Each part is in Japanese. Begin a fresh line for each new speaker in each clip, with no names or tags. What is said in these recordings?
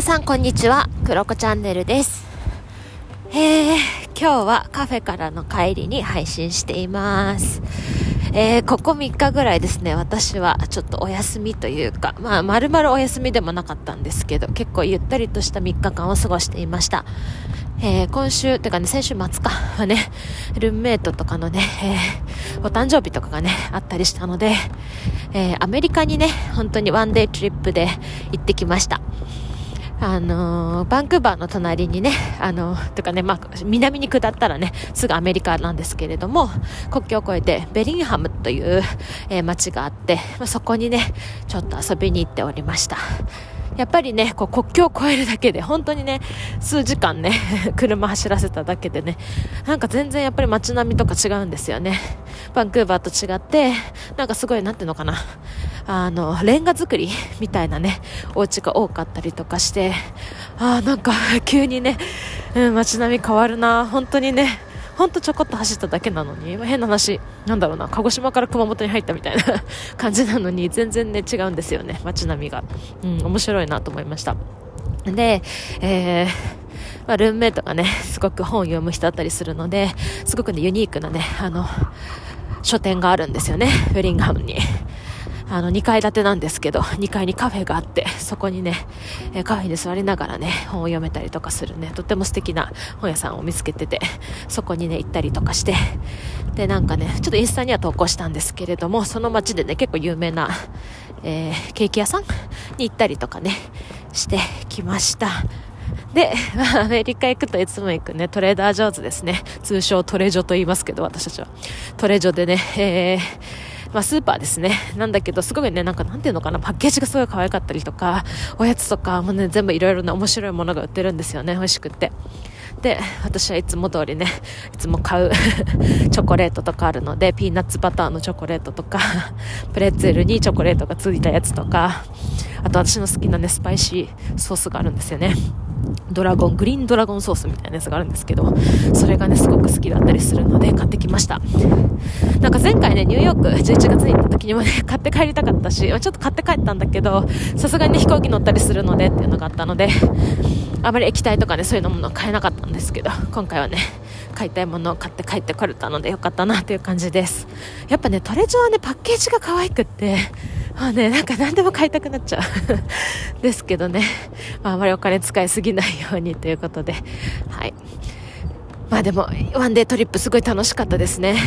皆さんこんにちは、クロコチャンネルです。今日はカフェからの帰りに配信しています。ここ3日ぐらいですね、私はちょっとお休みというか、丸々お休みでもなかったんですけど、結構ゆったりとした3日間を過ごしていました。今週てかね、先週末かはね、ルームメイトとかのね、お誕生日とかがねあったりしたので、アメリカにね本当にワンデートリップで行ってきました。バンクーバーの隣にね、とかね、南に下ったらね、すぐアメリカなんですけれども、国境を越えてベリンハムという、町があって、そこにね、ちょっと遊びに行っておりました。やっぱりね、国境を越えるだけで、本当にね、数時間ね、車走らせただけでね、なんか全然やっぱり街並みとか違うんですよね。バンクーバーと違って、なんかすごい、なんていうのかな、レンガ作りみたいなね、お家が多かったりとかして、なんか急にね、街並み変わるな、本当にね、ほんとちょこっと走っただけなのに、変な話、なんだろうな、鹿児島から熊本に入ったみたいな感じなのに、全然ね、違うんですよね、街並みが。面白いなと思いました。で、ルームメイトがね、すごく本を読む人だったりするので、すごくね、ユニークなね、書店があるんですよね、ベリンガハムに。2階建てなんですけど、2階にカフェがあって、そこにね、カフェに座りながらね、本を読めたりとかするね、とっても素敵な本屋さんを見つけてて、そこにね、行ったりとかして、で、なんかね、ちょっとインスタには投稿したんですけれども、その街でね、結構有名な、ケーキ屋さんに行ったりとかね、してきました。で、アメリカ行くといつも行くね、トレーダー・ジョーズですね。通称トレジョと言いますけど、私たちは。トレジョでね、スーパーですね。なんだけど、すごいね、なんていうのかな、パッケージがすごい可愛かったりとか、おやつとかもね、全部いろいろな面白いものが売ってるんですよね、美味しくって。で、私はいつも通りね、いつも買うチョコレートとかあるので、ピーナッツバターのチョコレートとか、プレッツェルにチョコレートがついたやつとか、あと私の好きなね、スパイシーソースがあるんですよね。グリーンドラゴンソースみたいなやつがあるんですけど、それがねすごく好きだったりするので買ってきました。なんか前回ねニューヨーク11月に行った時にもね買って帰りたかったし、ちょっと買って帰ったんだけど、さすがにね飛行機乗ったりするのでっていうのがあったので、あまり液体とかねそういうのも買えなかったんですけど、今回はね買いたいものを買って帰ってこれたのでよかったなという感じです。やっぱねトレジョはねパッケージが可愛くってなんか何でも買いたくなっちゃうですけどね、あまりお金使いすぎないようにということで、はい。でもワンデートリップすごい楽しかったですね。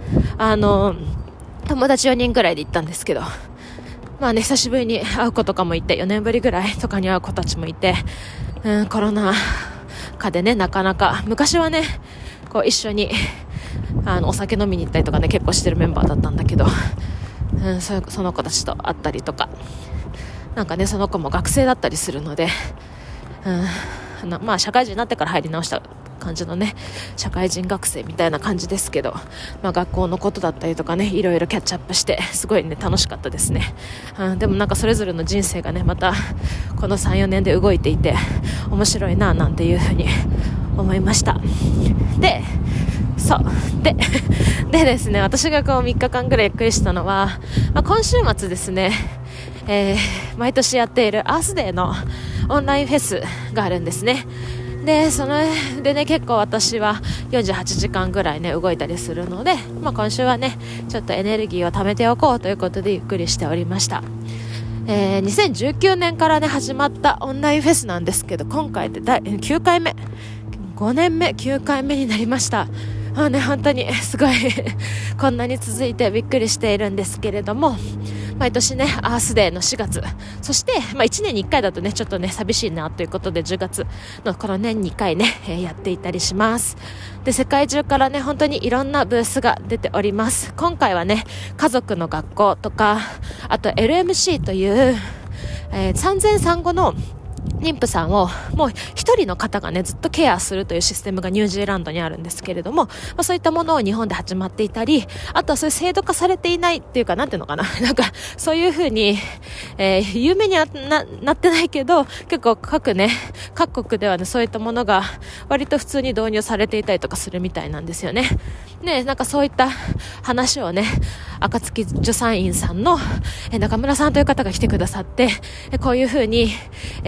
友達4人ぐらいで行ったんですけど、久しぶりに会う子とかもいて、4年ぶりぐらいとかに会う子たちもいて、コロナ禍でねなかなか、昔はねこう一緒にお酒飲みに行ったりとかね結構してるメンバーだったんだけど、その子たちと会ったりとか、なんかねその子も学生だったりするので、社会人になってから入り直した感じのね社会人学生みたいな感じですけど、学校のことだったりとかねいろいろキャッチアップしてすごいね楽しかったですね。でもなんかそれぞれの人生がねまたこの 3,4 年で動いていて面白いななんていうふうに思いました。でですね、私がこう3日間ぐらいゆっくりしたのは、今週末ですね、毎年やっているアースデーのオンラインフェスがあるんですね。で、それでね結構私は48時間ぐらいね動いたりするので、今週はねちょっとエネルギーを貯めておこうということでゆっくりしておりました。2019年からね始まったオンラインフェスなんですけど、今回で9回目5年目9回目になりました。本当にすごいこんなに続いてびっくりしているんですけれども、毎年ねアースデーの4月、そして、1年に1回だとねちょっとね寂しいなということで10月のこの年に2回ね、やっていたりします。で、世界中からね本当にいろんなブースが出ております。今回はね家族の学校とか、あと LMC という、産前産後の妊婦さんをもう一人の方がねずっとケアするというシステムがニュージーランドにあるんですけれども、そういったものを日本で始まっていたり、あとはそういう制度化されていないっていうか、なんていうのかな、なんかそういうふうに、有名には なってないけど、結構各国ではねそういったものが割と普通に導入されていたりとかするみたいなんですよね。で、なんかそういった話をね暁助産院さんの中村さんという方が来てくださって、こういうふうに、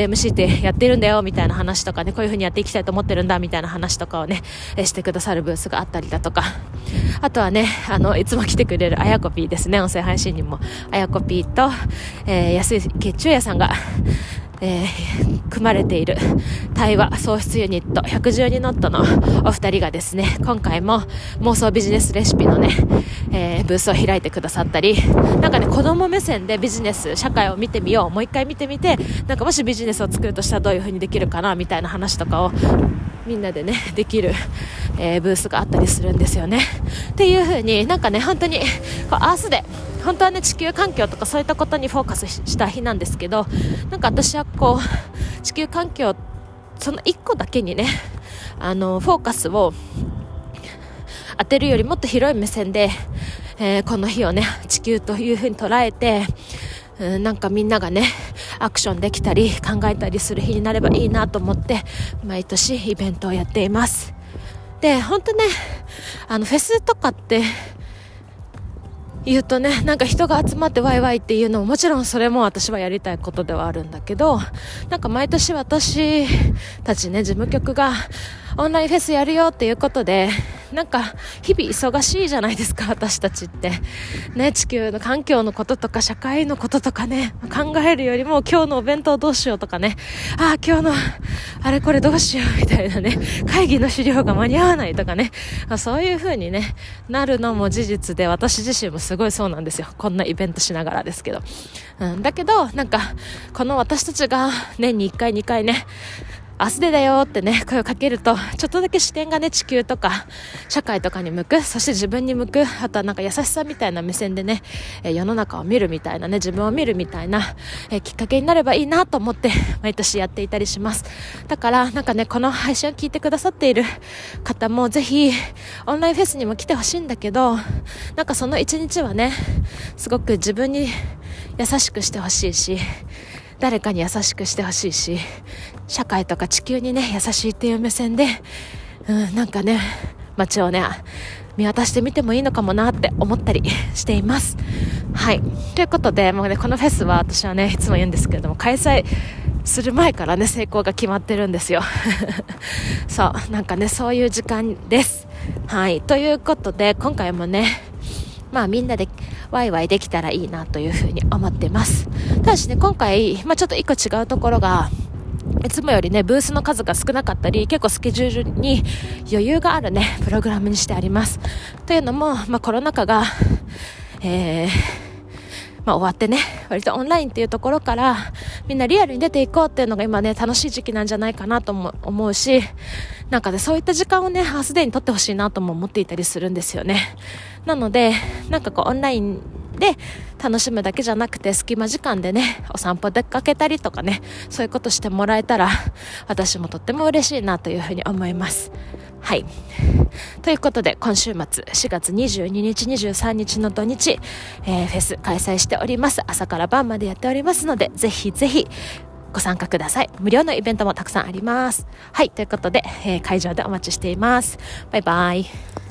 MC ってやってるんだよみたいな話とかね、こういう風にやっていきたいと思ってるんだみたいな話とかをね、してくださるブースがあったりだとか、あとはね、いつも来てくれるあやこぴーですね、音声配信にもあやこぴーと、安井血中屋さんが組まれている対話創出ユニット112ノットのお二人がですね、今回も妄想ビジネスレシピのね、ブースを開いてくださったり、なんかね、子供目線でビジネス社会を見てみよう、もう一回見てみて、なんかもしビジネスを作るとしたらどういう風にできるかなみたいな話とかをみんなでねできる、ブースがあったりするんですよね。っていう風になんかね、本当にこうアースで本当はね、地球環境とかそういったことにフォーカスした日なんですけど、なんか私はこう地球環境その一個だけにね、フォーカスを当てるよりもっと広い目線で、この日をね地球という風に捉えて、なんかみんながねアクションできたり考えたりする日になればいいなと思って毎年イベントをやっています。で、本当ね、フェスとかって言うとね、なんか人が集まってワイワイっていうのももちろんそれも私はやりたいことではあるんだけど、なんか毎年私たちね、事務局がオンラインフェスやるよっていうことで、なんか日々忙しいじゃないですか、私たちってね。地球の環境のこととか社会のこととかね考えるよりも、今日のお弁当どうしようとかね、今日のあれこれどうしようみたいなね、会議の資料が間に合わないとかね、そういう風にねなるのも事実で、私自身もすごいそうなんですよ、こんなイベントしながらですけど、だけどなんかこの私たちが年に1回2回ね明日でだよってね声をかけると、ちょっとだけ視点がね地球とか社会とかに向く、そして自分に向く、あとはなんか優しさみたいな目線でね、世の中を見るみたいなね、自分を見るみたいな、きっかけになればいいなと思って毎年やっていたりします。だからなんかね、この配信を聞いてくださっている方もぜひオンラインフェスにも来てほしいんだけど、なんかその一日はねすごく自分に優しくしてほしいし、誰かに優しくしてほしいし、社会とか地球にね優しいっていう目線で、なんかね街をね見渡してみてもいいのかもなって思ったりしています。はい、ということで、もうねこのフェスは私はねいつも言うんですけれども、開催する前からね成功が決まってるんですよそうなんかね、そういう時間です。はい、ということで今回もねみんなでワイワイできたらいいなというふうに思っています。ただしね、今回、ちょっと一個違うところが、いつもよりねブースの数が少なかったり、結構スケジュールに余裕があるねプログラムにしてあります。というのも、コロナ禍が、終わってね、割とオンラインっていうところからみんなリアルに出ていこうっていうのが今ね楽しい時期なんじゃないかなとも思うし、なんかねそういった時間をねすでに取ってほしいなとも思っていたりするんですよね。なのでなんかこうオンラインで楽しむだけじゃなくて、隙間時間でねお散歩出かけたりとかね、そういうことしてもらえたら私もとっても嬉しいなというふうに思います。はい、ということで今週末4月22日23日の土日、フェス開催しております。朝から晩までやっておりますので、ぜひぜひご参加ください。無料のイベントもたくさんあります。はい、ということで、会場でお待ちしています。バイバイ。